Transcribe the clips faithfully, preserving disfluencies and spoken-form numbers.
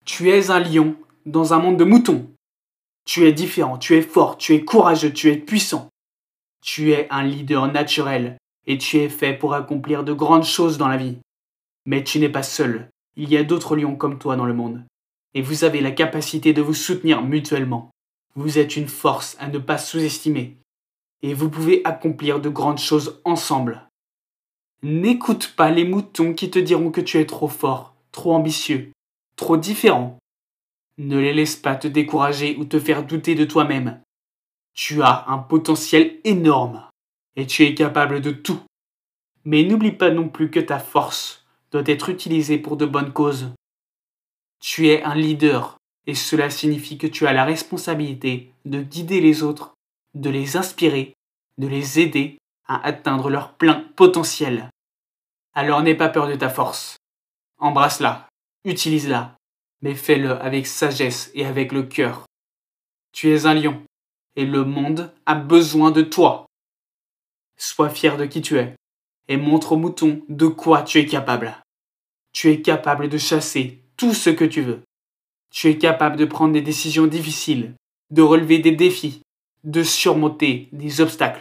Tu es un lion dans un monde de moutons. Tu es différent, tu es fort, tu es courageux, tu es puissant. Tu es un leader naturel et tu es fait pour accomplir de grandes choses dans la vie. Mais tu n'es pas seul, il y a d'autres lions comme toi dans le monde. Et vous avez la capacité de vous soutenir mutuellement. Vous êtes une force à ne pas sous-estimer. Et vous pouvez accomplir de grandes choses ensemble. N'écoute pas les moutons qui te diront que tu es trop fort, trop ambitieux, trop différent. Ne les laisse pas te décourager ou te faire douter de toi-même. Tu as un potentiel énorme et tu es capable de tout. Mais n'oublie pas non plus que ta force doit être utilisée pour de bonnes causes. Tu es un leader et cela signifie que tu as la responsabilité de guider les autres, de les inspirer, de les aider à atteindre leur plein potentiel. Alors n'aie pas peur de ta force. Embrasse-la, utilise-la, mais fais-le avec sagesse et avec le cœur. Tu es un lion et le monde a besoin de toi. Sois fier de qui tu es et montre aux moutons de quoi tu es capable. Tu es capable de chasser tout ce que tu veux. Tu es capable de prendre des décisions difficiles, de relever des défis, de surmonter des obstacles.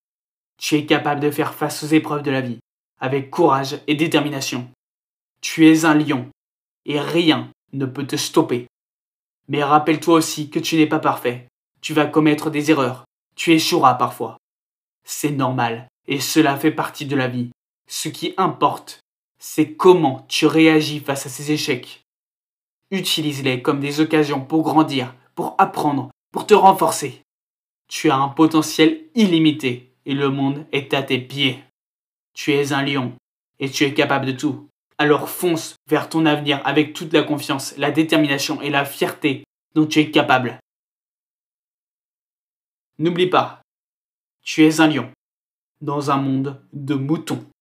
Tu es capable de faire face aux épreuves de la vie avec courage et détermination. Tu es un lion et rien ne peut te stopper. Mais rappelle-toi aussi que tu n'es pas parfait. Tu vas commettre des erreurs. Tu échoueras parfois. C'est normal et cela fait partie de la vie. Ce qui importe, c'est comment tu réagis face à ces échecs. Utilise-les comme des occasions pour grandir, pour apprendre, pour te renforcer. Tu as un potentiel illimité et le monde est à tes pieds. Tu es un lion et tu es capable de tout. Alors fonce vers ton avenir avec toute la confiance, la détermination et la fierté dont tu es capable. N'oublie pas, tu es un lion dans un monde de moutons.